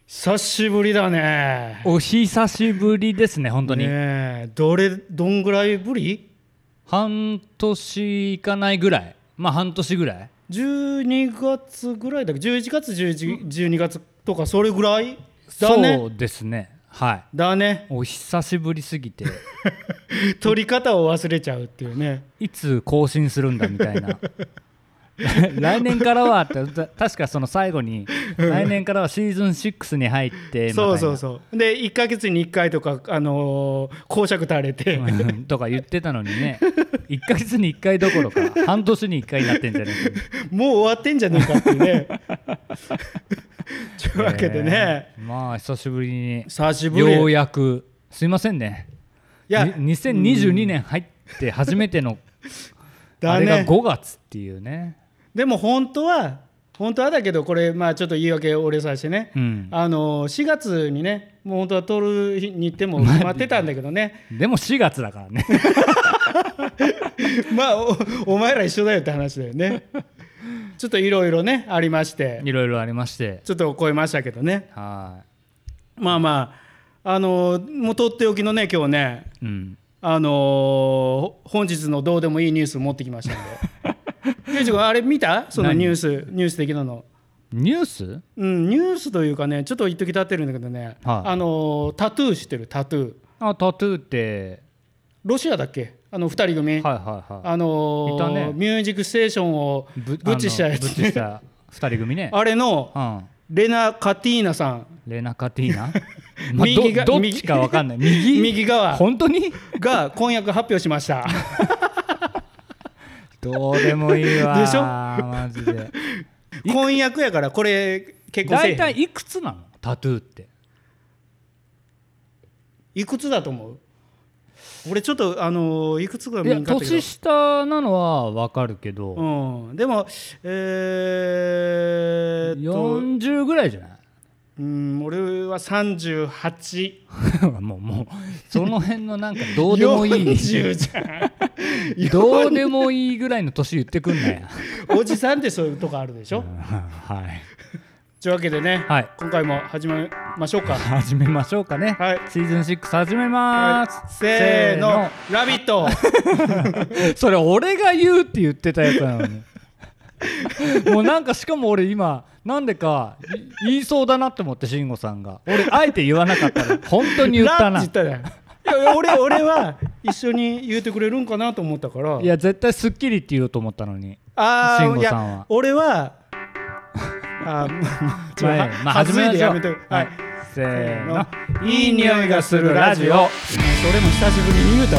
久しぶりだね。 お久しぶりですね、本当に。 ね、どんぐらいぶり？ 半年いかないぐらい。まあ半年ぐらい。 12月ぐらいだっけ？11月、12月とかそれぐらいだね。 そうですね。はい。 だね。 お久しぶりすぎて取り方を忘れちゃうっていうね。 いつ更新するんだみたいな来年からはって確かその最後に来年からはシーズン6に入ってそうで1ヶ月に1回とか講釈垂れてとか言ってたのにね、1ヶ月に1回どころか半年に1回になってんじゃねえかもう終わってんじゃねえかってねというわけでね、 まあ久しぶりにようやくすいませんね。いや2022年入って初めてのあれが5月っていうね。 でも本当はだけど、これまあちょっと言い訳俺さしてね、4月にね、もう本当は撮る日に行っても決まってたんだけどねでも4月だからねまあ お前ら一緒だよって話だよねちょっといろいろねありまして、 いろいろありましてちょっと超えましたけどね。 はい。 まあもうとっておきのね今日ね、本日のどうでもいいニュース持ってきましたんでゆうじ君あれ見た？そのニュース的なの。 ニュース？ ニュースというかね、ちょっと一時経ってるんだけどね、タトゥー知ってる？タトゥー。 タトゥーってロシアだっけ？2人組、いたね、ミュージックステーションをブッチしたやつ、 ブッチした2人組ねあれの、レナ・カティーナさん。 レナ・カティーナどっちか分かんない。 右側本当にが婚約発表しましたどうでもいいわでしょマジで婚約やからこれ結婚せえへん。 大体いくつなの？タトゥーっていくつだと思う？俺ちょっといくつか見んかったけど、 年下なのは分かるけど、 でも 40ぐらいじゃない？ 俺は38 もうその辺のなんかどうでもいい 40じゃんどうでもいいぐらいの年言ってくんなやおじさんってそういうとこあるでしょはいというわけでね、今回も始めましょうか。 始めましょうかね、シーズン6始めます、 せーの、ラビットそれ俺が言うって言ってたやつなのにもうなんかしかも俺今なんでか言いそうだなって思って、慎吾さんが俺あえて言わなかったら本当に言ったな。 いや俺は一緒に言うてくれるんかなと思ったから。 いや絶対スッキリって言おうと思ったのに、慎吾さんは。 俺は始めましょう。せーの、いい匂いがするラジオ。 それも久しぶりに言うたわ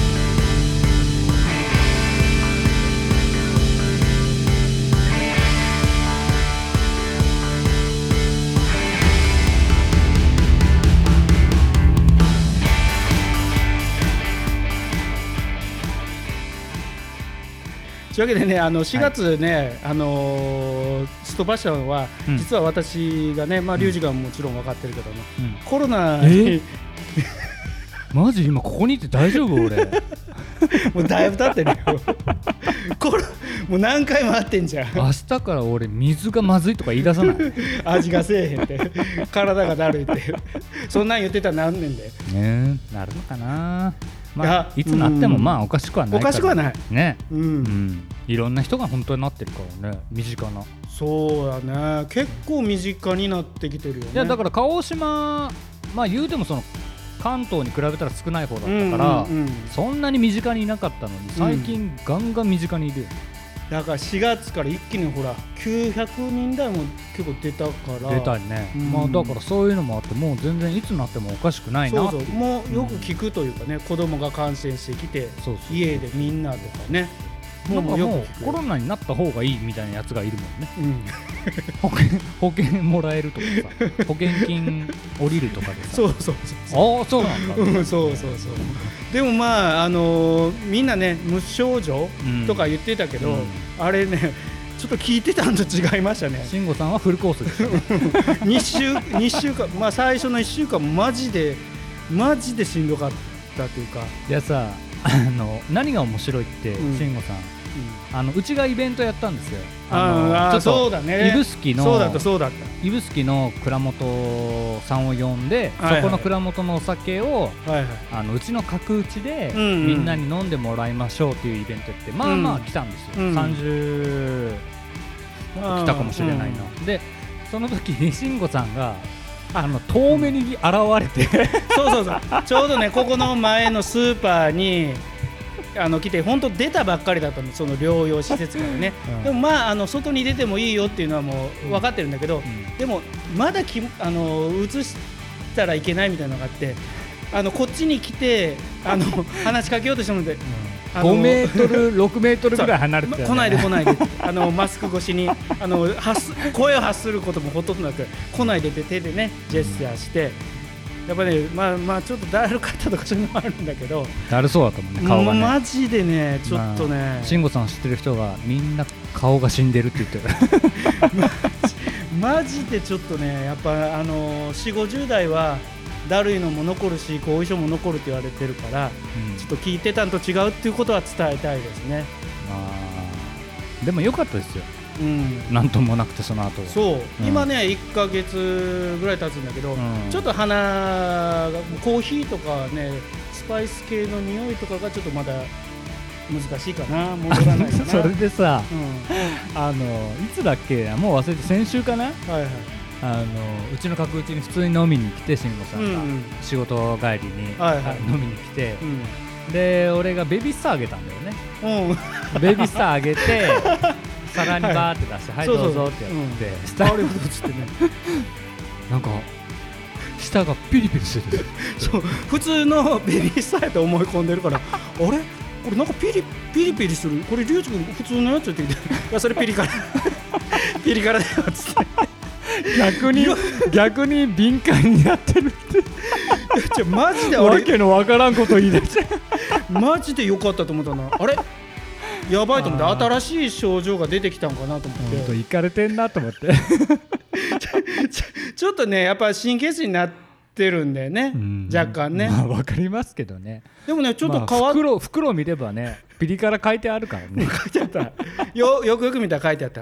というわけでね、4月ね、すっ飛ばしたのは、実は私がね、リュウジがもちろん分かってるけども、コロナにマジ今ここにいて大丈夫？俺もうだいぶ経ってるよもう何回も会ってんじゃん。 明日から俺水がまずいとか言い出さない味がせえへんって体がだるいってそんなん言ってたらなんねんでなるのかな。いつなってもまあおかしくはないから、 おかしくはないね。いろんな人が本当になってるからね、身近な。 そうやね、結構身近になってきてるよね。 いやだから鹿児島、言うてもその関東に比べたら少ない方だったから、そんなに身近にいなかったのに最近ガンガン身近にいるよ。 だから4月から一気にほら900人台も結構出たから。 出たりね、だからそういうのもあって、もう全然いつなってもおかしくないなっていう。 もうよく聞くというかね、子供が感染してきて家でみんなとかね、 もうコロナになった方がいいみたいなやつがいるもんね、保険もらえるとかさ、保険金降りるとかでさそうなんだそうでもみんなね無症状とか言ってたけど、あれねちょっと聞いてたんと違いましたね。 慎吾さんはフルコースですよ 2週間最初の1週間マジでしんどかったというか。 いやさ何が面白いって、慎吾さんうちがイベントやったんですよ。ちょあっとそうだね、 指宿のそうだった指宿の蔵元さんを呼んで、 はいはい、 そこの蔵元のお酒を、 はいはい、 うちの角打ちで、 うんうん、 みんなに飲んでもらいましょうっていうイベントやって、まあまあ来たんですよ、30来たかもしれないな、でその時に慎吾さんが遠目に現れてそうちょうどねここの前のスーパーに来て、本当出たばっかりだったの、その療養施設からね、でもまあ外に出てもいいよっていうのはもう分かってるんだけど、でもまだ移したらいけないみたいなのがあって、こっちに来て話しかけようとしたので、 5メートル6メートルぐらい離れてたよね、 来ないでマスク越しに声を発することもほとんどなく、来ないでって手でねジェスチャーして、やっぱね、まあちょっとだるかったとかそういうのもあるんだけど、 だるそうだったもんね、顔がね。 マジでね、ちょっとね、 慎吾さん知ってる人がみんな顔が死んでるって言ってるマジでちょっとね、やっぱ4、50代はだるいのも残るし後遺症も残るって言われてるから、ちょっと聞いてたんと違うっていうことは伝えたいですね。 でも良かったですよ、なんともなくて、その後そう、今ね1ヶ月ぐらい経つんだけど、ちょっと鼻がコーヒーとかねスパイス系の匂いとかがちょっとまだ難しいかな、戻らないかなそれでさ、いつだっけ、もう忘れて、先週かな、 はいはい、 うちの角打ちに普通に飲みに来て、慎吾さんが仕事帰りに飲みに来て、で俺がベビースターあげたんだよね、ベビースターあげて皿にバーって出して、はいどうぞってやって、 あれっつってねなんか舌がピリピリしてるそう、普通のベビースターやと思い込んでるから、あれこれなんかピリピリする、これリュウジ君普通のやつって言って、いやそれピリ辛ピリ辛だよっつって逆に敏感になってるってマジでわけのわからんこと言い出しマジでよかったと思ったな、あれやばいと思って、新しい症状が出てきたんかなと思って、 いかれてんなと思ってちょっとねやっぱ神経質になってるんだよね、若干ね、 わかりますけどね。 でもねちょっと変わっ袋見ればねピリ辛書いてあるからね書いてあったよく見たら書いてあった、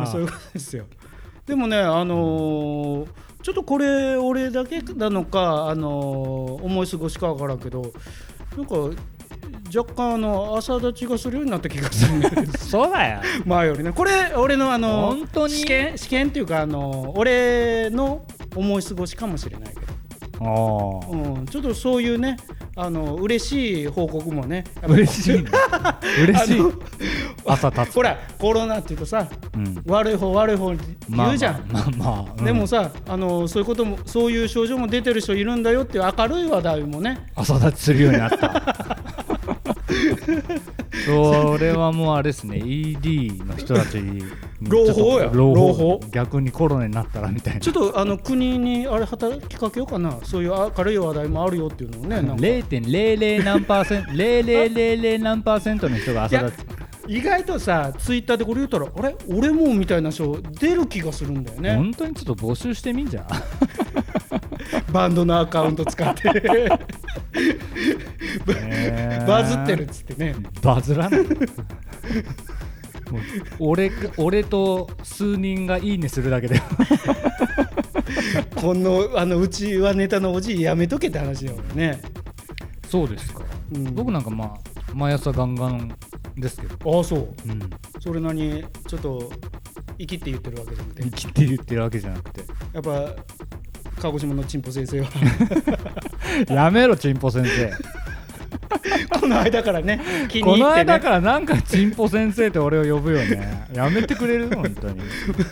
そういうことですよ。でもねちょっとこれ俺だけなのか思い過ごしか分からんけど、なんか若干朝立ちがするようになった気がするんだけどそうだよ前よりね。これ俺の本当に試験っていうか俺の思い過ごしかもしれないけど、ちょっとそういうね嬉しい報告もね、 嬉しい朝立つほらコロナっていうとさ、悪い方言うじゃん。でもさそういうことも、そういう症状も出てる人いるんだよっていう明るい話題もね朝立ちするようになったそれはもうあれですね、 ED の人たちに朗報逆にコロナになったらみたいな、 ちょっと国にあれ働きかけようかな、そういう明るい話題もあるよっていうのをね、なんか 0.00 何パーセント0000何パーセントの人が朝立つ。 意外とさツイッターでこれ言ったら、あれ俺もみたいな人出る気がするんだよね。 本当にちょっと募集してみんじゃんバンドのアカウント使ってバズってるっつってね。 バズらないもう俺と数人がいいねするだけでこのうちはネタのおじいやめとけって話だよね。 そうですか、僕なんか毎朝ガンガンですけど。 ああそう、それなにちょっと生きって言ってるわけじゃなくて、 生きって言ってるわけじゃなくて、 やっぱ鹿児島のチンポ先生はやめろチンポ先生この間からね気に入ってね、 この間からなんかチンポ先生って俺を呼ぶよね。やめてくれる本当に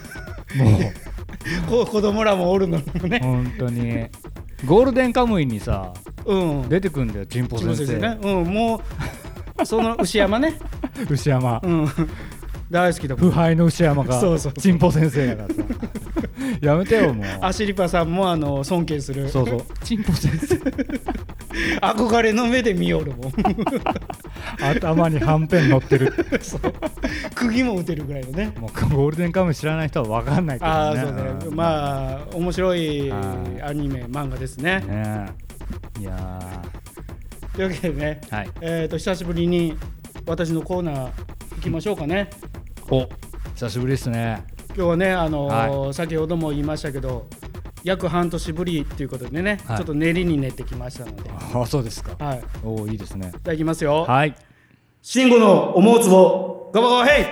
もう子供らもおるのにね、 本当にゴールデンカムイにさ、出てくんだよチンポ先生ね、もうその牛山ね牛山、 大好きだもん。 腐敗の牛山がチンポ先生だからさやめてよもう。 アシリパさんも尊敬する、 そうチンポ先生憧れの目で見よるもん頭にはんぺん乗ってるそう釘も打てるぐらいのね。 もうゴールデンカムイ知らない人は分かんないけどね。 そうね、まあ面白いアニメ漫画ですね。 いやというわけでね、久しぶりに私のコーナーきましょうかね。 お、久しぶりですね。 今日はね、先ほども言いましたけど約半年ぶりということでね、ちょっと練りに練ってきましたので。 あ、そうですか。 はい。 お、いいですね。 じゃあいきますよ。 はい。 慎吾の思うつぼガバガバヘイ。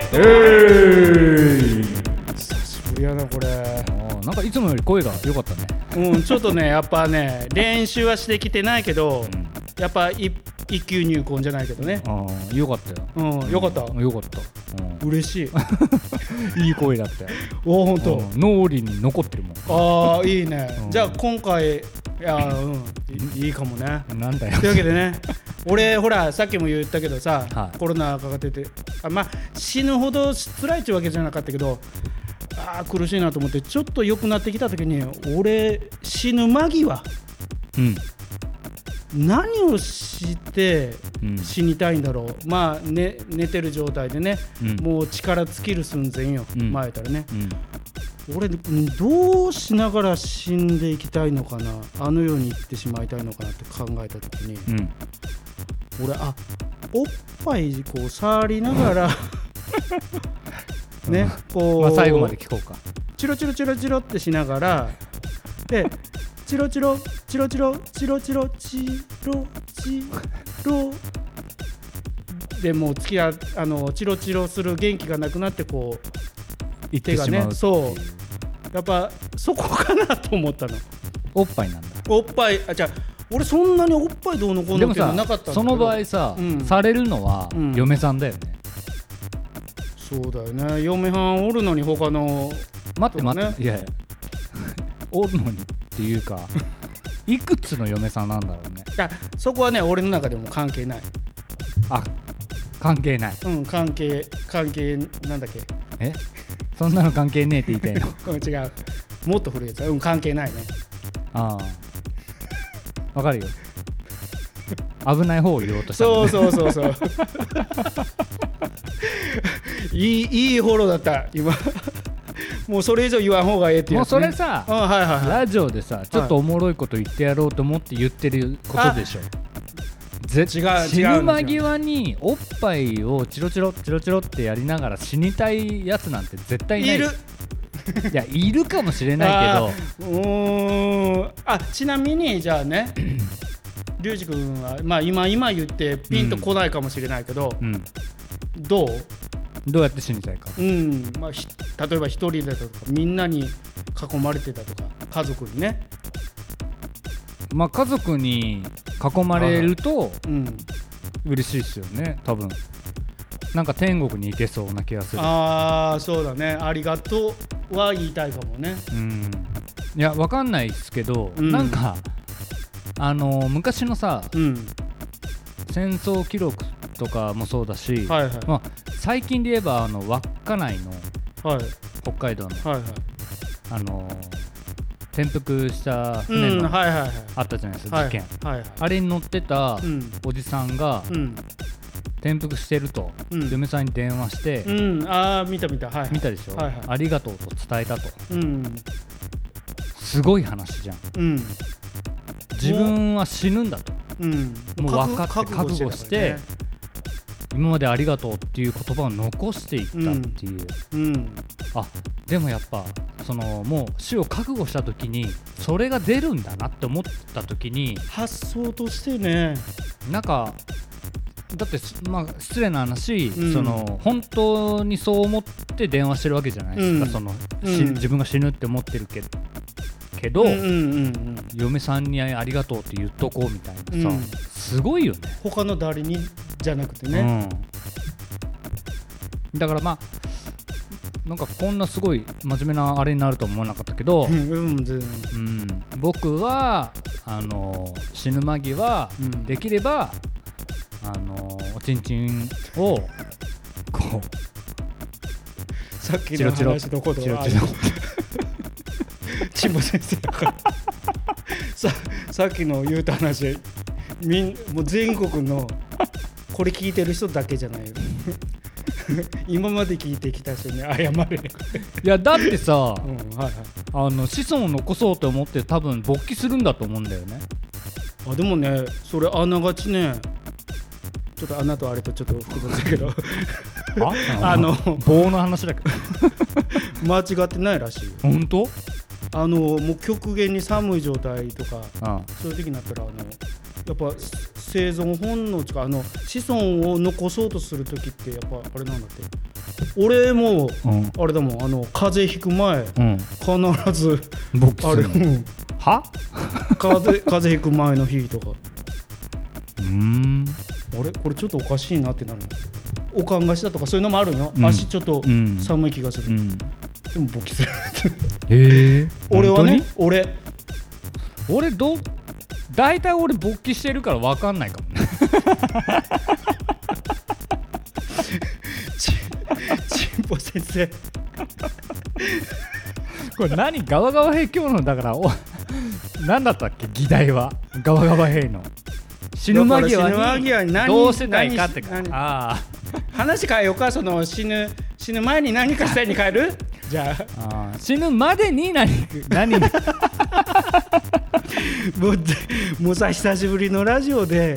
久しぶりやなこれ。 なんかいつもより声が良かったね。ちょっとねやっぱね練習はしてきてないけど、やっぱ一級入魂じゃないけどね。 良かったよ。 良かった。 良かった。 嬉しい。いい声だったよ。 お、本当。 脳裏に残ってるもん。 ああ、いいね。じゃあ今回いいかもね。 なんだよ。 というわけでね、俺ほらさっきも言ったけどさ、コロナかかってて、まあ死ぬほど辛いってわけじゃなかったけど、苦しいなと思ってちょっと良くなってきた時に、俺死ぬ間際、何をして死にたいんだろう。まあ寝てる状態でね、もう力尽きる寸前よ、前たらね。俺どうしながら死んでいきたいのかな、あの世に行ってしまいたいのかなって考えた時に、俺おっぱいこう触りながらね、こう、 最後まで聞こうか。 チロチロチロチロってしながらで、チロチロチロチロチロチロチロチロでもうチロチロする元気がなくなって、こう手がね、そうやっぱそこかなと思ったの。 おっぱいなんだ。 おっぱい、じゃあ俺そんなにおっぱいどうのこうのっていうのなかったんだけど、 その場合さ、されるのは嫁さんだよね。 そうだよね。嫁はんおるのに他の待って、いやおるのにっていうかいくつの嫁さんなんだろうね。 いや、そこはね俺の中でも関係ない。 関係ない。 関係なんだっけ。 そんなの関係ねえって言いたいの。 違う、もっと古いやつ。関係ないね。 わかるよ。危ない方を言おうとした、 ね。そういいフォローだった今。もうそれ以上言わん方がええっていうやつ、ね。 もうそれさ、ラジオでさ、ちょっとおもろいこと言ってやろうと思って言ってることでしょ。死ぬ間際におっぱいをチロチロチロチロってやりながら死にたいやつなんて絶対ない。いや、いるかもしれないけど。 ちなみにじゃあね、リュウジ君は、まあ今言ってピンとこないかもしれないけど、どうやって死にたいか。 まあ、例えば一人でだとか、みんなに囲まれてたとか、家族にね。 まあ家族に囲まれると嬉しいですよね、多分。なんか天国に行けそうな気がする。 そうだね。ありがとうは言いたいかもね。 いや、わかんないですけど、なんか昔のさ、戦争記録とかもそうだし、まあ、最近で言えば稚内の、北海道の、転覆した船のあったじゃないですか、事件。あれに乗ってたおじさんが転覆してると嫁さんに電話して、 見た、 見たでしょ。ありがとうと伝えたと。すごい話じゃん。自分は死ぬんだと、もう分かって覚悟して、今までありがとうっていう言葉を残していったっていう。でもやっぱもう死を覚悟した時にそれが出るんだなって思った時に、 発想としてね、 なんかだって、まあ失礼な話、本当にそう思って電話してるわけじゃないですか。自分が死ぬって思ってるけど、嫁さんにありがとうって言っとこうみたいなさ、すごいよね。 他の誰にじゃなくてね。 だからまあなんかこんなすごい真面目なあれになるとは思わなかったけど、僕は死ぬ間際、できればおちんちんをこうさっきの話のことはちんぼ先生だからさっきの言うた話、もう全国のこれ聞いてる人だけじゃないよ。今まで聞いてきた人に謝れ。 いやだってさ、子孫を残そうと思って多分勃起するんだと思うんだよね。 でもね、それあながちね、ちょっと穴とあれとちょっと複雑だけど棒の話だけど間違ってないらしいよ。 本当？ もう極限に寒い状態とか、そういう時になったらやっぱ生存本能とか子孫を残そうとする時ってやっぱあれなんだって。俺も、あれだもん風邪ひく前、必ずあれは風邪ひく前の日とかあれこれちょっとおかしいなってなるの。おかんがしたとかそういうのもあるよ、足ちょっと寒い気がする、でも勃起する俺はね俺大体俺勃起してるから分かんないかもねちんぽ先生これ何ガワガワ兵今日のだから何だったっけ議題はガワガワ兵の死ぬ間際にどうしてたいかってか話変えようか。その死ぬ前に何かしたいに変えるじゃあ死ぬまでに何もうさ久しぶりのラジオで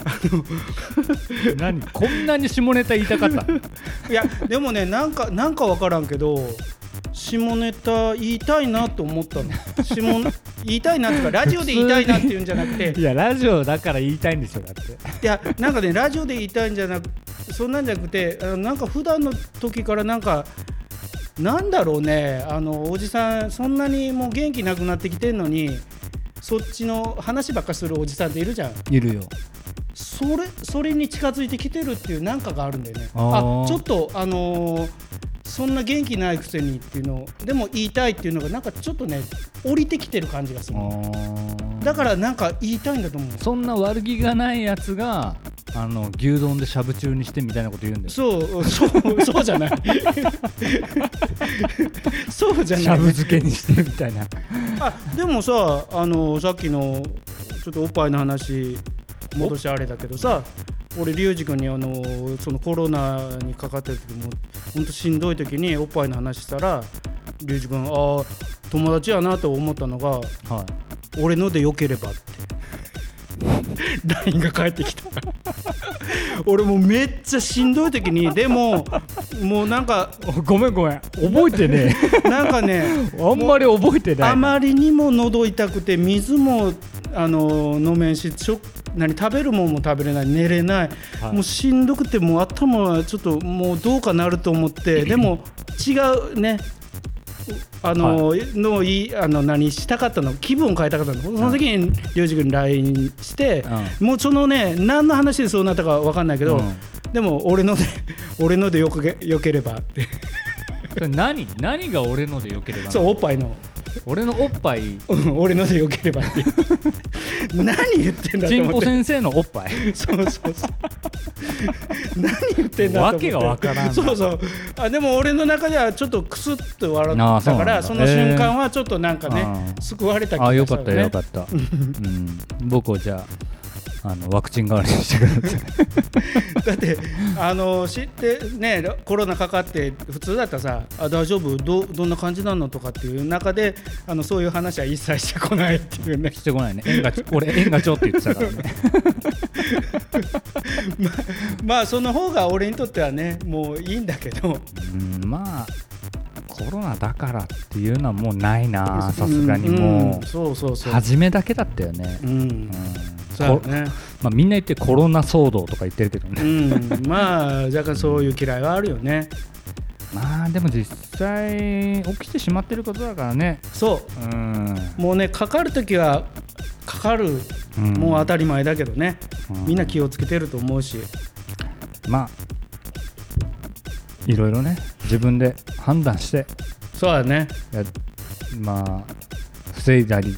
こんなに下ネタ言いたかったいやでもねなんか分からんけど下ネタ言いたいなと思ったの言いたいなっていうかラジオで言いたいなっていうんじゃなくていやラジオだから言いたいんですよだっていやなんかねラジオで言いたいんじゃなくそんなんじゃなくてなんか普段の時からなんだろうねおじさんそんなにもう元気なくなってきてんのにそっちの話ばっかするおじさんっているじゃん。 いるよ。 それに近づいてきてるっていうなんかがあるんだよね。ちょっとそんな元気ないくせにっていうのでも言いたいっていうのがなんかちょっとね降りてきてる感じがする。だからなんか言いたいんだと思う。 そんな悪気がないやつが牛丼でしゃぶ中にしてみたいなこと言うんだよ。 そうじゃないそうじゃない、 しゃぶ漬けにしてみたいなでもささっきのちょっとおっぱいの話戻しあれだけどさ、俺リュウジ君にそのコロナにかかってる時もほんとしんどい時におっぱいの話したらリュウジ君友達やなと思ったのが、俺のでよければってLINE が返ってきた俺もうめっちゃしんどい時にでももうなんかごめん覚えてねなんかねあんまり覚えてない。 あまりにも喉痛くて水も飲めんし食べるもんも食べれない寝れない、もうしんどくてもう頭はちょっともうどうかなると思ってでも違うね何したかったの気分を変えたかったの、その時にリュウジ君に LINE して、もうそのね何の話でそうなったか分かんないけど、でも俺のでよければって何が俺のでよければ。 そうおっぱいの俺のおっぱい俺のでよければって何言ってんだと思って。 ちんぽ先生のおっぱいそう何言ってんだと思って。 わけがわからん。 そうでも俺の中ではちょっとクスッと笑ったからその瞬間はちょっとなんかね救われた気がしたよね。 よかった、僕をじゃあワクチン代わりにしてくださいだって知ってねコロナかかって普通だったらさ大丈夫 どんな感じなのとかっていう中でそういう話は一切してこないっていうね。 してこないね。俺縁がちょって言ってたからねまあその方が俺にとってはねもういいんだけど、 まあコロナだからっていうのはもうないな、さすがにもう、 そう初めだけだったよね。 そうね。 みんな言ってコロナ騒動とか言ってるけどね。 まあ若干そういう嫌いはあるよね。 まあでも実際起きてしまってることだからね。もうねかかるときはかかる、もう当たり前だけどね、みんな気をつけてると思うし、 まあいろいろね自分で判断して、 そうだね、 まあ防いだり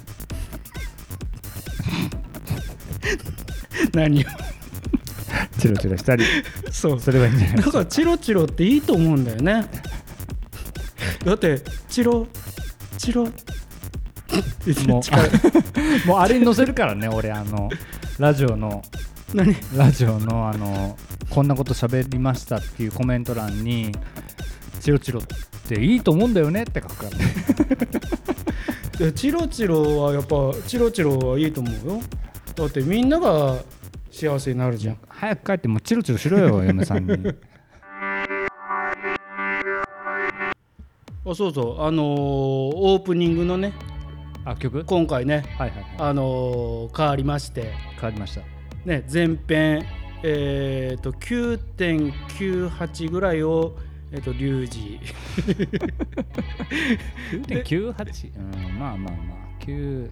何をチロチロしたりそればいいんじゃないですか。 だからチロチロっていいと思うんだよね。だってチロもうあれに載せるからね俺ラジオのこんなこと喋りましたっていうコメント欄にチロチロっていいと思うんだよねって書くからねチロチロはやっぱチロチロはいいと思うよ。だってみんなが幸せになるじゃん。 早く帰ってもうチロチロしろよ嫁さんにそうそう、オープニングのね曲今回ね、 はいはいはい、 変わりまして変わりましたね、前編9.98 ぐらいをリュウジ 9.98 まあまあまあ9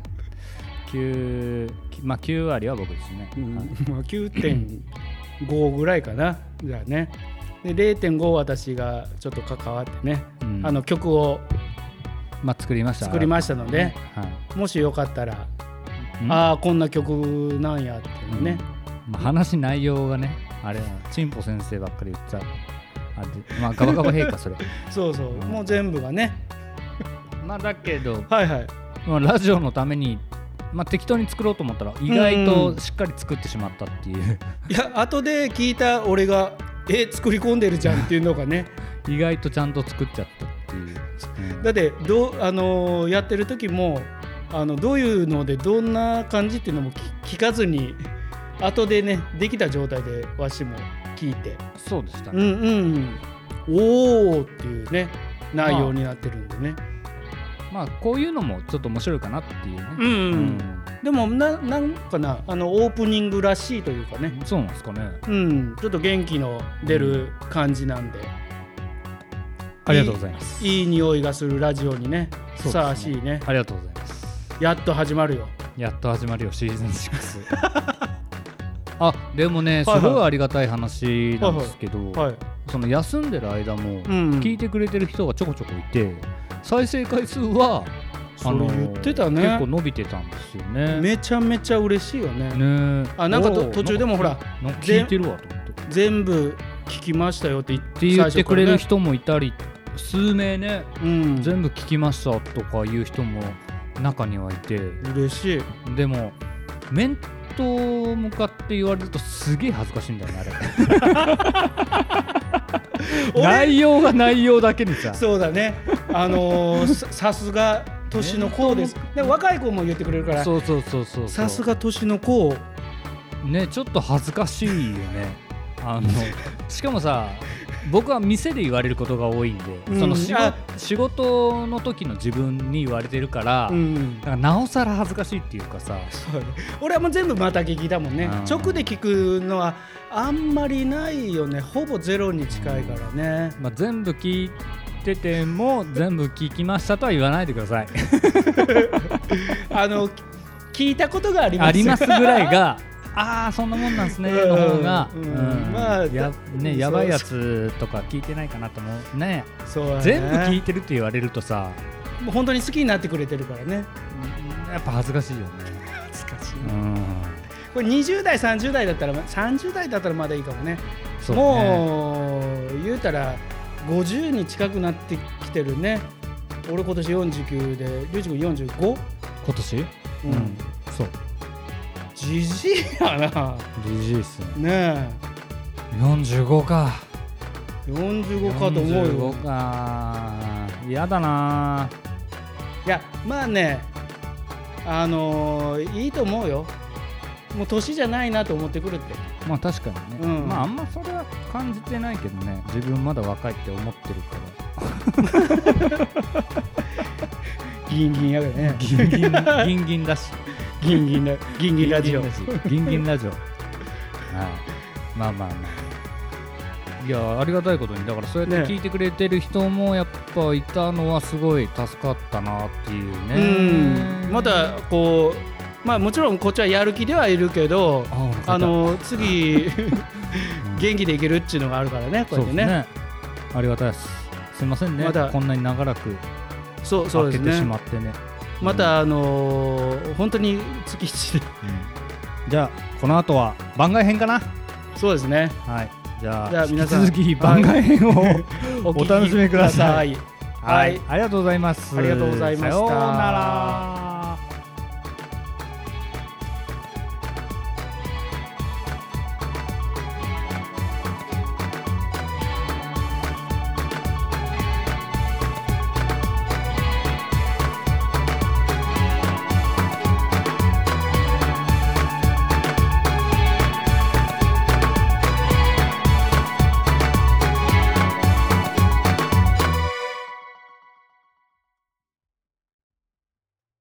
割は僕ですね、 まあ 9.5 ぐらいかなじゃあね。で 0.5 私がちょっと関わってね、曲を作りましたので、もしよかったらこんな曲なんやっていうね、 話内容がねあれチンポ先生ばっかり言っちゃうガバガバ陛下それそうそう、もう全部がねだけど、 はいはい、 ラジオのために適当に作ろうと思ったら意外としっかり作ってしまったっていう、 いや後で聞いた俺が作り込んでるじゃんっていうのがね意外とちゃんと作っちゃったっていう、 だってやってる時もどういうのでどんな感じっていうのも聞かずに後でねできた状態でわしも聞いて、 そうでしたね、 おーっていうね内容になってるんでね、 こういうのもちょっと面白いかなっていうね、 でもなんかなオープニングらしいというかね、 そうなんですかね、 ちょっと元気の出る感じなんで、 ありがとうございます。 いい匂いがするラジオにねふさわしいね。 ありがとうございます。 やっと始まるよシーズン6でもねすごいありがたい話なんですけど、その休んでる間も聞いてくれてる人がちょこちょこいて、再生回数は言ってたね、 結構伸びてたんですよね。 めちゃめちゃ嬉しいよね。なんか途中でもほら聞いてるわと思って、 全部聞きましたよって言ってくれる人もいたり、数名ね、全部聞きましたとかいう人も中にはいて嬉しい。 でも面と向かって言われるとすげえ恥ずかしいんだよねあれ内容が内容だけにさ、 そうだね、さすが年の子です。で若い子も言ってくれるから、 そうさすが年の子ね、ちょっと恥ずかしいよねしかもさ、僕は店で言われることが多いんで、その仕事の時の自分に言われてるから、だからなおさら恥ずかしいっていうかさ、 俺はもう全部また聞きだもんね。直で聞くのはあんまりないよね。ほぼゼロに近いからね、 全部聞いてても全部聞きましたとは言わないでください聞いたことがありますぐらいがそんなもんなんですねの方が、やばいやつとか聞いてないかなと思うね。全部聞いてるって言われるとさ、 もう本当に好きになってくれてるからね、 やっぱ恥ずかしいよね。 恥ずかしい、これ20代30代だったら30代だったらまだいいかもね。もう言うたら50に近くなってきてるね。俺今年49で、リュウジ君 45？ 今年？そう。 じじいやな。 じじいっすね。 ねえ。45か。 45かと思うよ。 45か。嫌だな。 いやね、いいと思うよ。もう年じゃないなと思ってくるって。 確かにね、あんまそれは感じてないけどね。自分まだ若いって思ってるからギンギンやがね。 ギンギンだしギンギンラジオギンギンラジオいやありがたいことに、だからそうやって聞いてくれてる人もやっぱいたのはすごい助かったなっていうね。 またこうもちろんこっちはやる気ではいるけど、次元気でいけるっていうのがあるからね、こうやってね。 ありがたいです。すいませんね、こんなに長らく開けてしまってね。 また本当に月1で、 じゃあこの後は番外編かな。 そうですね。 はい、じゃあ皆さん引き続き番外編をお楽しみください。 はい、 ありがとうございます。 ありがとうございました。 さようなら。